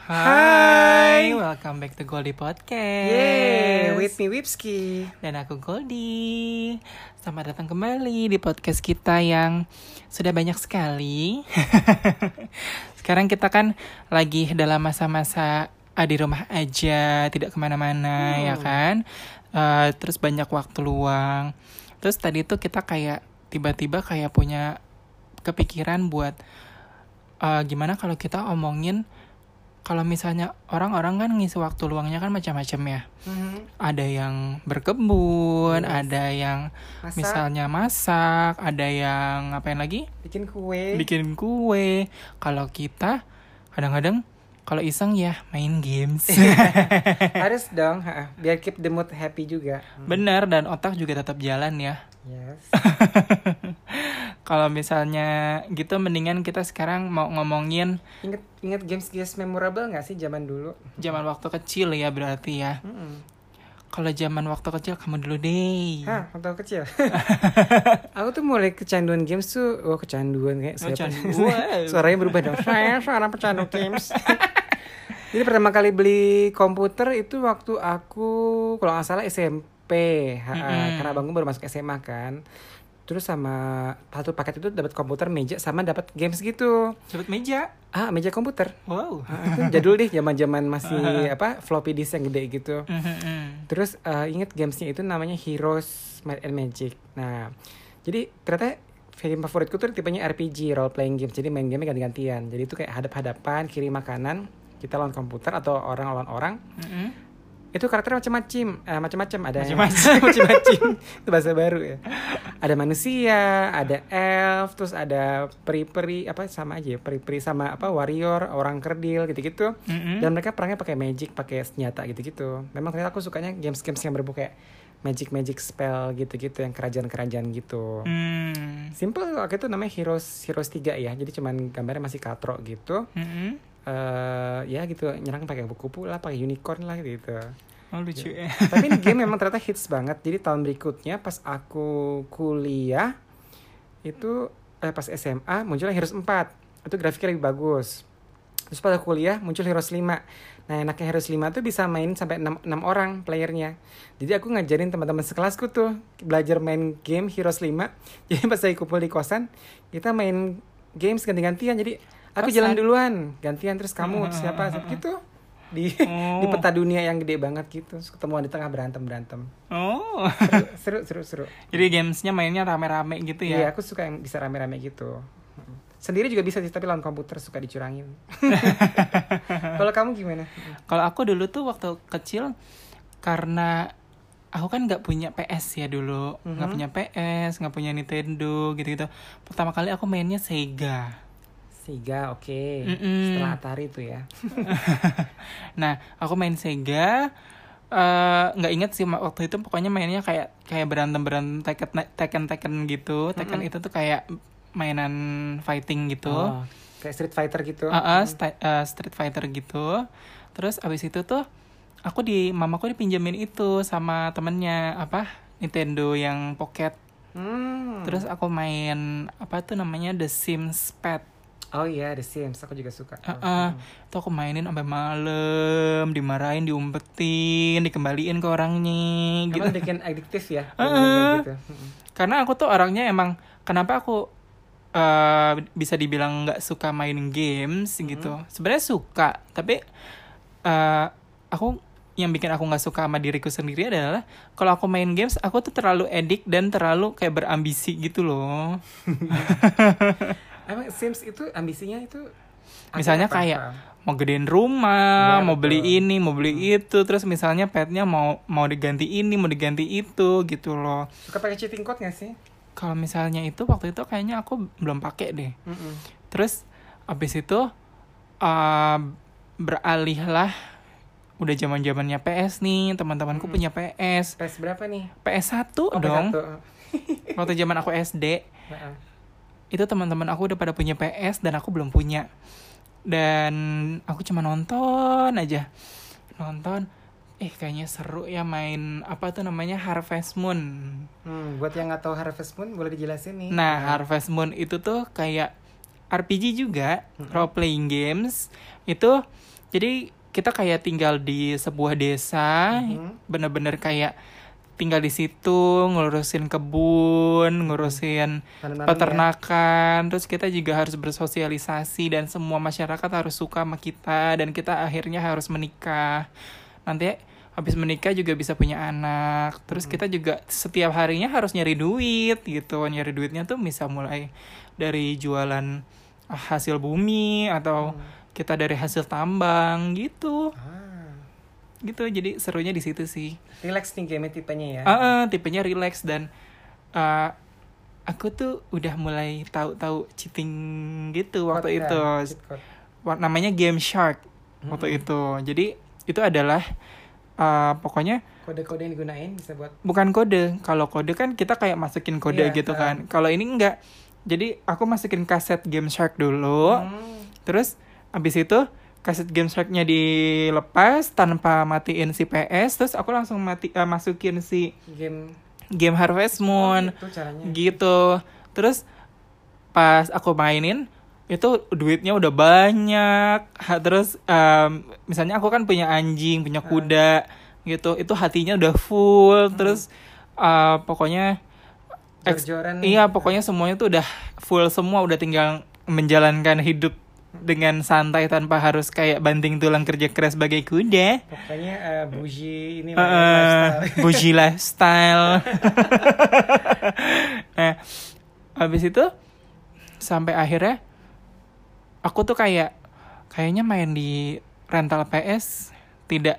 Hai, welcome back to Goldie Podcast. Yeay, with me Wipski. Dan aku Goldie. Selamat datang kembali di podcast kita yang sudah banyak sekali. Sekarang kita kan lagi dalam masa-masa di rumah aja, tidak kemana-mana ya kan. Terus banyak waktu luang. Terus tadi tuh kita kayak tiba-tiba kayak punya kepikiran buat gimana kalau kita omongin, kalau misalnya orang-orang kan ngisi waktu luangnya kan macam-macam ya. Ada yang berkebun, ada yang misalnya masak, ada yang ngapain lagi? Bikin kue. Kalau kita kadang-kadang kalau iseng ya main games. Harus dong, biar keep the mood happy juga. Benar, dan otak juga tetap jalan ya. Yes. Kalau misalnya gitu, mendingan kita sekarang mau ngomongin Ingat games memorable nggak sih zaman dulu? zaman waktu kecil ya berarti ya. Kalau zaman waktu kecil kamu dulu deh. Waktu kecil. Aku tuh mulai kecanduan games tuh, kecanduan kayak Kecanduan. Suaranya berubah dong. Saya seorang pecandu games. Jadi pertama kali beli komputer itu waktu aku kalau nggak salah SMP, karena abangku baru masuk SMA kan. Terus sama satu paket itu dapat komputer, meja, sama dapat games gitu. Dapat meja. Meja komputer. Wow. Itu jadul deh, zaman-zaman masih floppy disk yang gede gitu. Terus inget gamesnya itu namanya Heroes Might and Magic. Nah, jadi ternyata game favoritku tuh tipenya RPG, role playing game. Jadi main game ganti-gantian. Jadi itu kayak hadap-hadapan, kirim makanan, kita lawan komputer atau orang lawan orang. Itu karakternya macam-macam, ada macam-macam. Itu bahasa baru ya. Ada manusia, ada elf, terus ada peri-peri, sama aja ya, peri-peri sama warrior, orang kerdil gitu-gitu. Dan mereka perangnya pakai magic, pakai senjata gitu-gitu. Memang ternyata aku sukanya games-games yang berbau kayak magic spell gitu-gitu, yang kerajaan-kerajaan gitu. Simple waktu itu namanya Heroes 3 ya. Jadi cuman gambarnya masih katro gitu. Ya gitu, nyerang pakai kupu lah, pakai unicorn lah gitu. Oh, lucu ya. Tapi ini game memang ternyata hits banget. Jadi tahun berikutnya pas aku kuliah itu pas SMA munculnya Heroes 4. Itu grafiknya lebih bagus. Terus pada kuliah muncul Heroes 5. Nah, enaknya Heroes 5 tuh bisa main sampai 6 orang playernya. Jadi aku ngajarin teman-teman sekelasku tuh belajar main game Heroes 5. Jadi pas saya kumpul di kosan, kita main games ganti-gantian. Jadi aku jalan duluan, gantian, terus kamu siapa gitu. Di peta dunia yang gede banget gitu. Terus ketemuan di tengah berantem. Oh. Seru. Jadi gamesnya mainnya rame-rame gitu ya? Iya, aku suka yang bisa rame-rame gitu. Sendiri juga bisa sih, tapi lawan komputer suka dicurangin. Kalau kamu gimana? Kalau aku dulu tuh waktu kecil, karena aku kan nggak punya PS ya dulu, nggak punya PS, nggak punya Nintendo gitu-gitu. Pertama kali aku mainnya Sega, oke. Setelah Atari itu ya. Nah, aku main Sega, nggak inget sih waktu itu, pokoknya mainnya kayak berantem Tekken gitu. Tekken itu tuh kayak mainan fighting gitu. Kayak Street Fighter gitu. Street Fighter gitu. Terus abis itu tuh mamaku dipinjemin itu sama temennya Nintendo yang Pocket. Terus aku main The Sims Pet. Oh iya, The Sims, aku juga suka. Tuh aku mainin sampai malam, dimarahin, diumpetin, dikembaliin ke orangnya gitu. Emang bikin adiktif ya? Gitu. Karena aku tuh orangnya emang, kenapa aku bisa dibilang nggak suka main games gitu. Sebenarnya suka, tapi aku yang bikin aku nggak suka sama diriku sendiri adalah kalau aku main games, aku tuh terlalu edik dan terlalu kayak berambisi gitu loh. Emang Sims itu ambisinya itu misalnya kayak mau gedein rumah, mau beli ini, mau beli itu, terus misalnya petnya mau diganti ini, mau diganti itu gitu loh. Suka pakai cheating code nggak sih? Kalau misalnya itu waktu itu kayaknya aku belum pakai deh. Terus abis itu beralihlah, udah zamannya PS nih, teman-temanku punya PS. PS berapa nih? PS1 dong. PS1. Waktu zaman aku SD. Itu teman-teman aku udah pada punya PS dan aku belum punya. Dan aku cuma nonton aja. Kayaknya seru ya main Harvest Moon. Buat yang nggak tahu Harvest Moon boleh dijelasin nih. Nah, Harvest Moon itu tuh kayak RPG juga, role playing games. Itu Jadi kita kayak tinggal di sebuah desa, bener-bener kayak tinggal di situ, ngurusin kebun, ngurusin peternakan, terus kita juga harus bersosialisasi dan semua masyarakat harus suka sama kita dan kita akhirnya harus menikah. Nanti habis menikah juga bisa punya anak. Terus kita juga setiap harinya harus nyari duit gitu. Nyari duitnya tuh bisa mulai dari jualan hasil bumi atau kita dari hasil tambang gitu. Gitu, jadi serunya di situ sih. Relax nih game tipenya ya. Tipenya relax dan aku tuh udah mulai tahu cheating gitu waktu itu. Namanya Game Shark waktu itu. Jadi itu adalah pokoknya kode-kode yang digunain bisa buat. Bukan kode. Kalau kode kan kita kayak masukin kode gitu kan. Kalau ini enggak. Jadi aku masukin kaset Game Shark dulu. Terus abis itu kaset Game Shark-nya dilepas tanpa matiin si PS, terus aku langsung masukin si game Harvest Moon. Gitu caranya. Gitu. Terus pas aku mainin itu duitnya udah banyak. Terus misalnya aku kan punya anjing, punya kuda gitu. Itu hatinya udah full. Terus pokoknya iya, pokoknya semuanya tuh udah full semua, udah tinggal menjalankan hidup dengan santai tanpa harus kayak banting tulang kerja keras sebagai kuda. Pokoknya bougie ini bougie lifestyle. Nah, habis itu sampai akhirnya aku tuh kayaknya main di rental PS tidak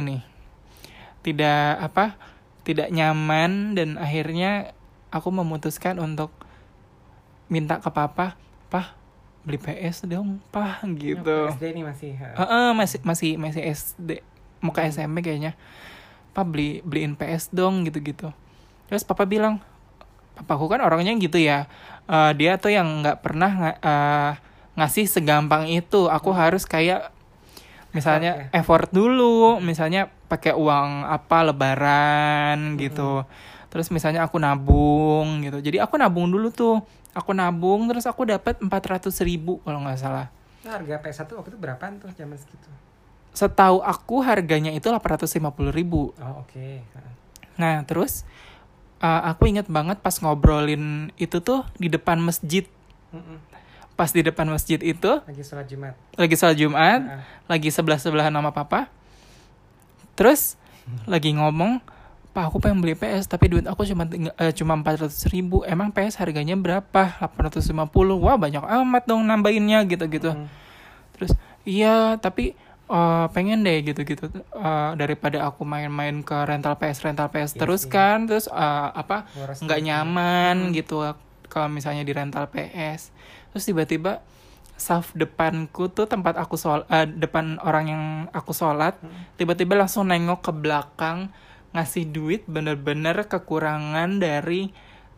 nyaman dan akhirnya aku memutuskan untuk minta ke papa, beli PS dong, Pak, gitu. SD nih masih. Masih SD, mau ke SMP kayaknya. Pak, beliin PS dong gitu. Terus papa bilang, papaku kan orangnya gitu ya. Dia tuh yang enggak pernah ngasih segampang itu. Aku harus kayak misalnya effort dulu, misalnya pakai uang lebaran gitu. Terus misalnya aku nabung gitu. Jadi aku nabung dulu tuh. Terus aku dapat 400.000 kalau nggak salah. Nah, harga PS1 waktu itu berapaan tuh zaman segitu? Setahu aku harganya itu 850.000. Oh, oke. Nah, terus aku ingat banget pas ngobrolin itu tuh di depan masjid. Pas di depan masjid itu lagi sholat Jumat, lagi sebelah-sebelahan sama papa. Terus lagi ngomong, Pak, aku pengen beli PS tapi duit aku cuma 400.000. Emang PS harganya berapa? 850. Wah, banyak amat dong nambahinnya gitu. Terus iya, tapi pengen deh gitu. Daripada aku main-main ke rental PS terus sih. Kan terus nggak nyaman gitu kalau misalnya di rental PS. Terus tiba-tiba saf depanku tuh tempat aku depan orang yang aku sholat, tiba-tiba langsung nengok ke belakang, ngasih duit bener-bener kekurangan dari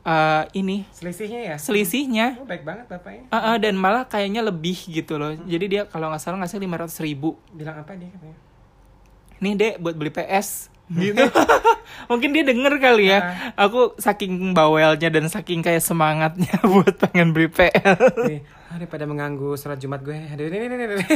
selisihnya. Oh, baik banget bapaknya. Dan malah kayaknya lebih gitu loh. Jadi dia kalau nggak salah ngasih 500.000. Bilang apa dia katanya? Nih Dek, buat beli PS gitu. Mungkin dia denger kali ya. Aku saking bawelnya dan saking kayak semangatnya buat pengen beli PS. Daripada mengganggu sholat Jumat gue. Aduh, ini.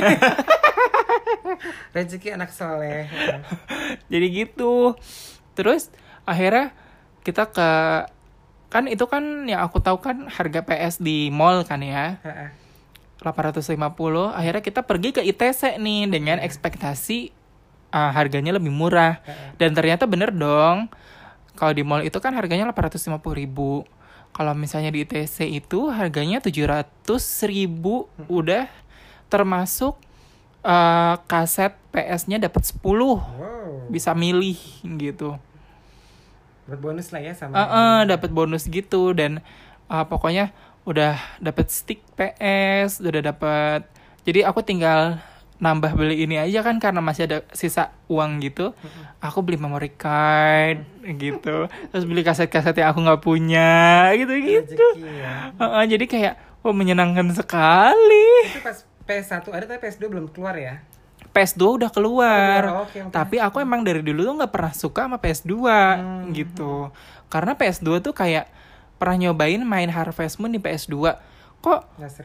Rezeki anak soleh. Jadi gitu. Terus akhirnya kita kan itu kan yang aku tahu kan harga PS di mall kan ya. 850. Akhirnya kita pergi ke ITC nih dengan ekspektasi harganya lebih murah. Dan ternyata bener dong. Kalau di mall itu kan harganya 850.000. Kalau misalnya di ITC itu harganya 700.000 udah termasuk kaset PS-nya dapat 10. Wow. Bisa milih gitu. Dapat bonus lah ya sama. Dapat bonus gitu dan pokoknya udah dapat stick PS, udah dapat. Jadi aku tinggal nambah beli ini aja kan karena masih ada sisa uang gitu. Aku beli memory card gitu. Terus beli kaset-kaset yang aku nggak punya gitu. Ya. Jadi kayak menyenangkan sekali. Itu pas PS1 ada tapi PS2 belum keluar ya? PS2 udah keluar. Okay. Tapi aku emang dari dulu tuh gak pernah suka sama PS2 gitu. Karena PS2 tuh kayak pernah nyobain main Harvest Moon di PS2. Kok gak seru?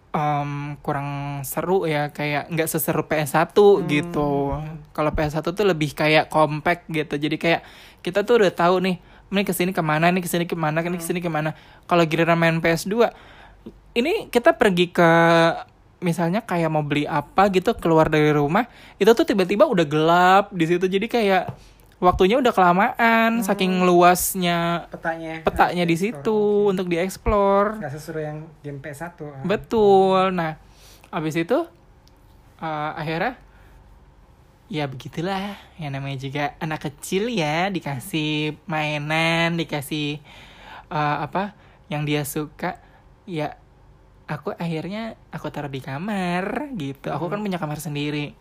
kurang seru ya, kayak nggak seseru PS1 gitu. Kalau PS1 tuh lebih kayak compact gitu, jadi kayak kita tuh udah tahu nih, ini kesini kemana, ini kesini kemana, ini kesini kemana. Kalau giliran main PS2, ini kita pergi ke misalnya kayak mau beli apa gitu, keluar dari rumah, itu tuh tiba-tiba udah gelap di situ, jadi kayak waktunya udah kelamaan, saking luasnya petanya di situ untuk dieksplor. Nggak sesuai yang game PS1. Betul. Nah, abis itu akhirnya ya begitulah, yang namanya juga anak kecil ya, dikasih mainan, dikasih apa yang dia suka, ya aku akhirnya aku taruh di kamar gitu. Aku kan punya kamar sendiri,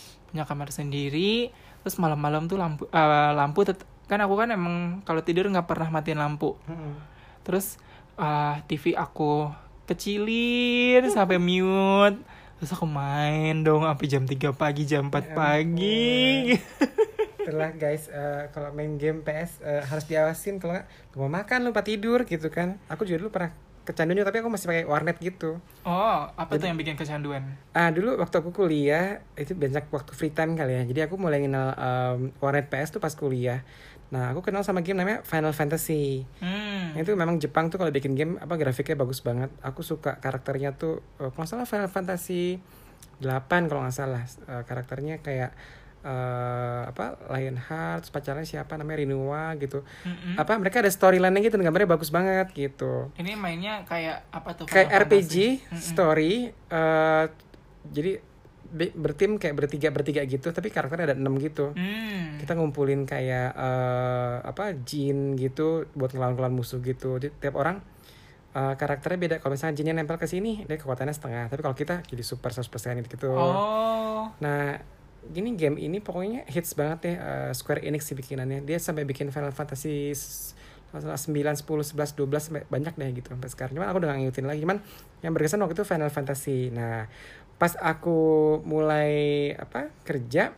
terus malam-malam tuh lampu kan aku kan emang kalau tidur nggak pernah matiin lampu. Terus TV aku kecilin sampai mute. Terus aku main dong sampai jam 3 pagi, jam 4 pagi. Itulah guys, kalau main game PS harus diawasin, kalau nggak mau makan lupa tidur gitu kan. Aku juga dulu pernah kecanduan, tapi aku masih pakai warnet gitu. Oh, apa tuh yang bikin kecanduan? Dulu waktu aku kuliah itu banyak waktu free time kali ya. Jadi aku mulai kenal warnet PS tuh pas kuliah. Nah, aku kenal sama game namanya Final Fantasy. Itu memang Jepang tuh kalau bikin game grafiknya bagus banget. Aku suka karakternya tuh, kalau nggak salah Final Fantasy 8 kalau nggak salah. Karakternya kayak Lionheart, pacarnya siapa namanya Rinua gitu. Mereka ada storyline-nya gitu, gambarnya bagus banget gitu. Ini mainnya kayak apa tuh? Kayak RPG story. Jadi bertim kayak bertiga gitu, tapi karakternya ada 6 gitu. Kita ngumpulin kayak jin gitu buat ngelawan musuh gitu. Jadi tiap orang karakternya beda. Kalau misalnya jinnya nempel ke sini, dia kekuatannya setengah. Tapi kalau kita jadi super 100% gitu. Nah, gini game ini pokoknya hits banget ya. Square Enix sih bikinannya. Dia sampai bikin Final Fantasy 9, 10, 11, 12 sampai banyak deh gitu sampai sekarang. Cuman aku udah gak ngikutin lagi. Cuman yang berkesan waktu itu Final Fantasy. Nah, pas aku mulai kerja,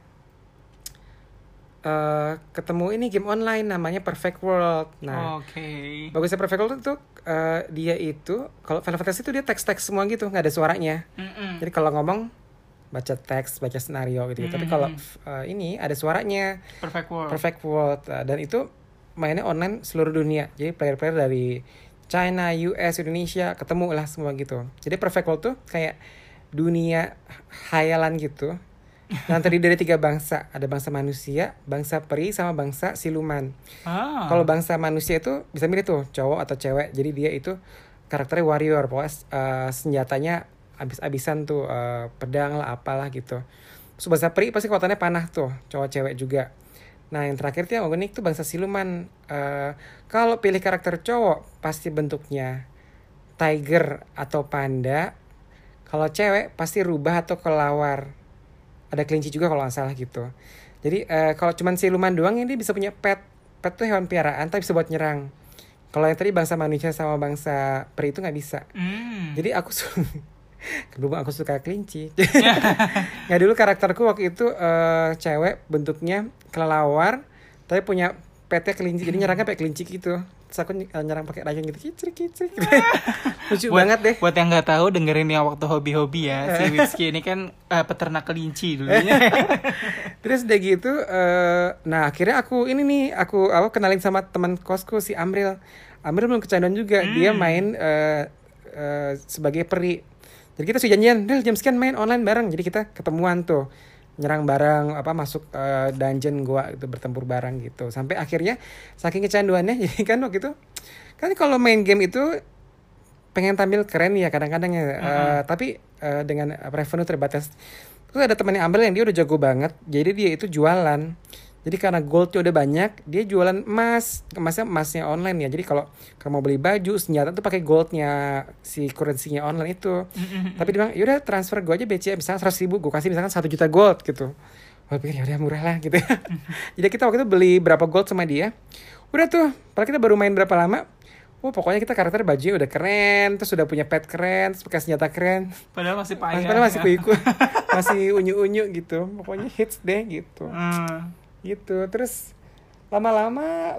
ketemu ini game online namanya Perfect World. Nah, bagusnya Perfect World itu dia itu kalau Final Fantasy itu dia teks semua gitu, nggak ada suaranya. Jadi kalau ngomong baca teks, baca skenario gitu. Tapi kalau ini ada suaranya. Perfect World. Dan itu mainnya online seluruh dunia. Jadi player-player dari China, US, Indonesia ketemu lah semua gitu. Jadi Perfect World tuh kayak dunia hayalan gitu. Yang terdiri dari 3 bangsa. Ada bangsa manusia, bangsa peri, sama bangsa siluman. Kalau bangsa manusia itu bisa milih tuh cowok atau cewek. Jadi dia itu karakternya warrior. Pokoknya senjatanya abis-abisan tuh, pedang lah apalah gitu. Terus bangsa peri pasti kekuatannya panah tuh, cowok cewek juga. Nah yang terakhir tuh yang unik tuh bangsa siluman. Kalau pilih karakter cowok pasti bentuknya tiger atau panda. Kalau cewek pasti rubah atau kelawar. Ada kelinci juga kalau nggak salah gitu. Jadi kalau cuman siluman doang ini bisa punya pet tuh hewan piaraan tapi bisa buat nyerang. Kalau yang tadi bangsa manusia sama bangsa peri itu nggak bisa. Jadi aku berhubung aku suka kelinci. Nggak, dulu karakterku waktu itu cewek bentuknya kelelawar tapi punya petnya kelinci, jadi nyerangnya pakai kelinci gitu. Terus aku nyerang pakai rayun gitu, kicrik gitu. Lucu banget deh. Buat yang nggak tahu, dengerin yang waktu hobi-hobi ya. Si Whiskey ini kan peternak kelinci dulunya. Terus udah gitu, nah akhirnya aku kenalin sama teman kosku si Amril. Amril belum kecanduan juga, dia main sebagai peri. Jadi kita sudah janjian, jam sekian main online bareng. Jadi kita ketemuan tuh, nyerang bareng, masuk dungeon gua itu, bertempur bareng gitu. Sampai akhirnya saking kecanduannya, jadi kan waktu itu kan kalau main game itu pengen tampil keren ya kadang-kadang ya. Tapi dengan revenue terbatas. Terus ada temannya Amber yang dia udah jago banget. Jadi dia itu jualan. Jadi karena goldnya udah banyak, dia jualan emasnya online ya. Jadi kalau kamu mau beli baju, senjata tuh pakai goldnya, si currency-nya online itu. Tapi dia bilang, yaudah transfer gue aja BCA, misalnya 100.000, gue kasih misalkan 1 juta gold gitu. Gue pikir yaudah murah lah gitu. Jadi kita waktu itu beli berapa gold sama dia. Udah tuh, padahal kita baru main berapa lama. Pokoknya kita karakter bajunya udah keren, terus udah punya pet keren, terus pakai senjata keren. Padahal masih payah. Padahal masih kuiku, masih unyu-unyu gitu. Pokoknya hits deh gitu. Gitu. Terus lama-lama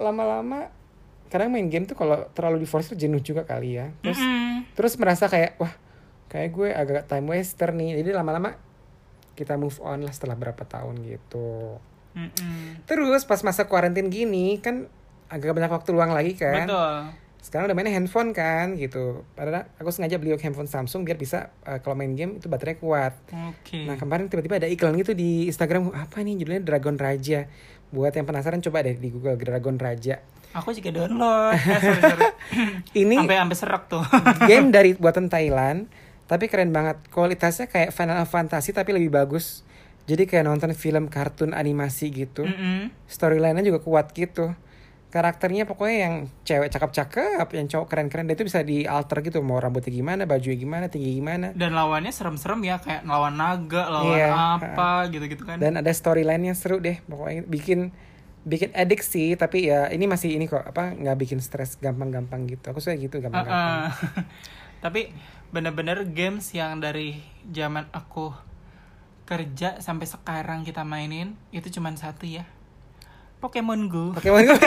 kadang main game tuh kalau terlalu di force tuh jenuh juga kali ya. Terus merasa kayak wah kayak gue agak time waster nih. Jadi lama-lama kita move on lah setelah berapa tahun gitu. Terus pas masa kuarantin gini kan agak banyak waktu luang lagi kan. Betul. Sekarang udah mainnya handphone kan gitu. Padahal aku sengaja beli handphone Samsung biar bisa kalau main game itu baterainya kuat. Oke. Nah kemarin tiba-tiba ada iklan gitu di Instagram, apa nih judulnya, Dragon Raja. Buat yang penasaran coba deh di Google Dragon Raja. Aku juga download. Sorry. Ini sampai serak tuh. game dari buatan Thailand, tapi keren banget. Kualitasnya kayak Final Fantasy tapi lebih bagus. Jadi kayak nonton film kartun animasi gitu. Storyline-nya juga kuat gitu. Karakternya pokoknya yang cewek cakep-cakep, yang cowok keren-keren, dan itu bisa di alter gitu, mau rambutnya gimana, bajunya gimana, tinggi gimana. Dan lawannya serem-serem ya, kayak lawan naga, lawan apa gitu-gitu kan. Dan ada storyline-nya seru deh, pokoknya bikin edik sih, tapi ya ini masih ini kok, nggak bikin stres gampang-gampang gitu. Aku suka gitu gampang-gampang. Tapi bener-bener games yang dari zaman aku kerja sampai sekarang kita mainin itu cuman satu ya. Pokemon Go.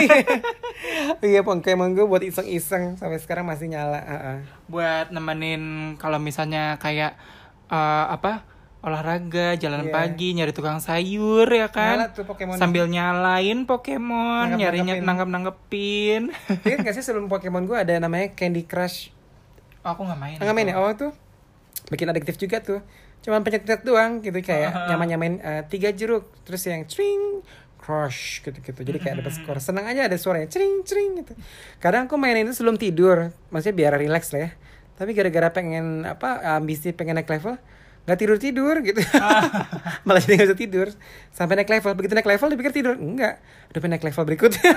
Iya, Pokemon Go buat iseng-iseng sampai sekarang masih nyala. Buat nemenin kalau misalnya kayak olahraga, jalan pagi, nyari tukang sayur ya kan. Nyala tuh Pokemon. Sambil nyalain Pokemon, nyarinya nangkep-nangkepin. Ingat gak sih sebelum Pokemon Go ada namanya Candy Crush? Aku nggak main. Nggak main ya? Oh tuh bikin adiktif juga tuh. Cuman pencet-pencet doang gitu, kayak nyamain 3 jeruk, terus yang cring crush gitu-gitu. Jadi kayak dapat skor. Senang aja ada suaranya cring gitu. Kadang aku mainin itu sebelum tidur, maksudnya biar relax lah ya. Tapi gara-gara pengen ambisi pengen naik level, nggak tidur gitu. Malah jadi nggak bisa tidur sampai naik level. Begitu naik level dipikir tidur, enggak, udah pengen naik level berikutnya.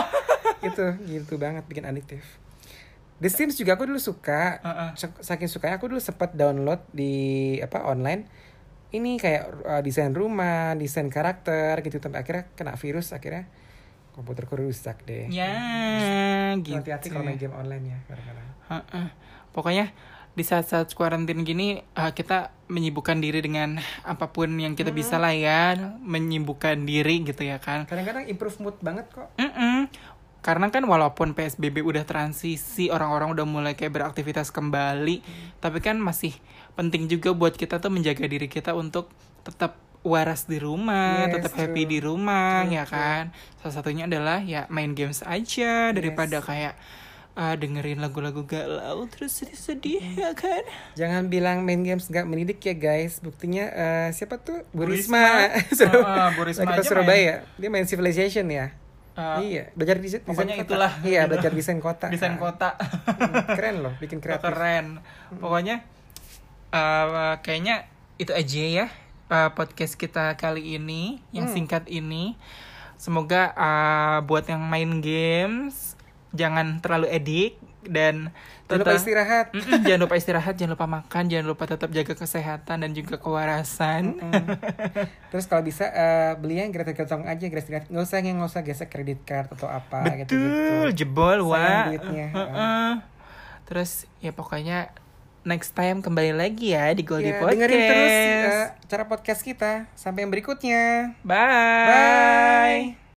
gitu banget, bikin adiktif. The Sims juga aku dulu suka. Saking sukanya aku dulu sempat download di online. Ini kayak desain rumah, desain karakter gitu, sampai akhirnya kena virus, akhirnya komputerku rusak deh. Ya, gitu. Hati-hati kalau main game online ya, Pokoknya di saat-saat kuarantin gini kita menyibukkan diri dengan apapun yang kita bisa lah ya, menyibukkan diri gitu ya kan. Kadang-kadang improve mood banget kok. Karena kan walaupun PSBB udah transisi, orang-orang udah mulai kayak beraktivitas kembali, tapi kan masih penting juga buat kita tuh menjaga diri kita untuk tetap waras di rumah, tetap happy di rumah, ya kan. Salah satunya adalah ya main games aja daripada kayak dengerin lagu-lagu galau terus sedih-sedih, ya kan. Jangan bilang main games gak mendidik ya guys. Buktinya siapa tuh? Bu Risma. Bu Risma aja Surabaya. Dia main Civilization ya. Iya, belajar desain kota. Itulah. Iya, belajar desain kota. Desain kota. Keren loh, bikin kreatif. Keren. Pokoknya kayaknya itu aja ya podcast kita kali ini yang singkat ini. Semoga buat yang main games jangan terlalu edik dan jangan lupa istirahat. Jangan lupa istirahat, jangan lupa makan, jangan lupa tetap jaga kesehatan dan juga kewarasan. Terus kalau bisa beli yang gratis-gratis aja, gratis-gratis. Nggak usah gesek kredit card atau apa. Betul, gitu. Jebol wah. Terus ya pokoknya next time kembali lagi ya di Goldie Podcast. Dengerin terus cara podcast kita. Sampai yang berikutnya. Bye.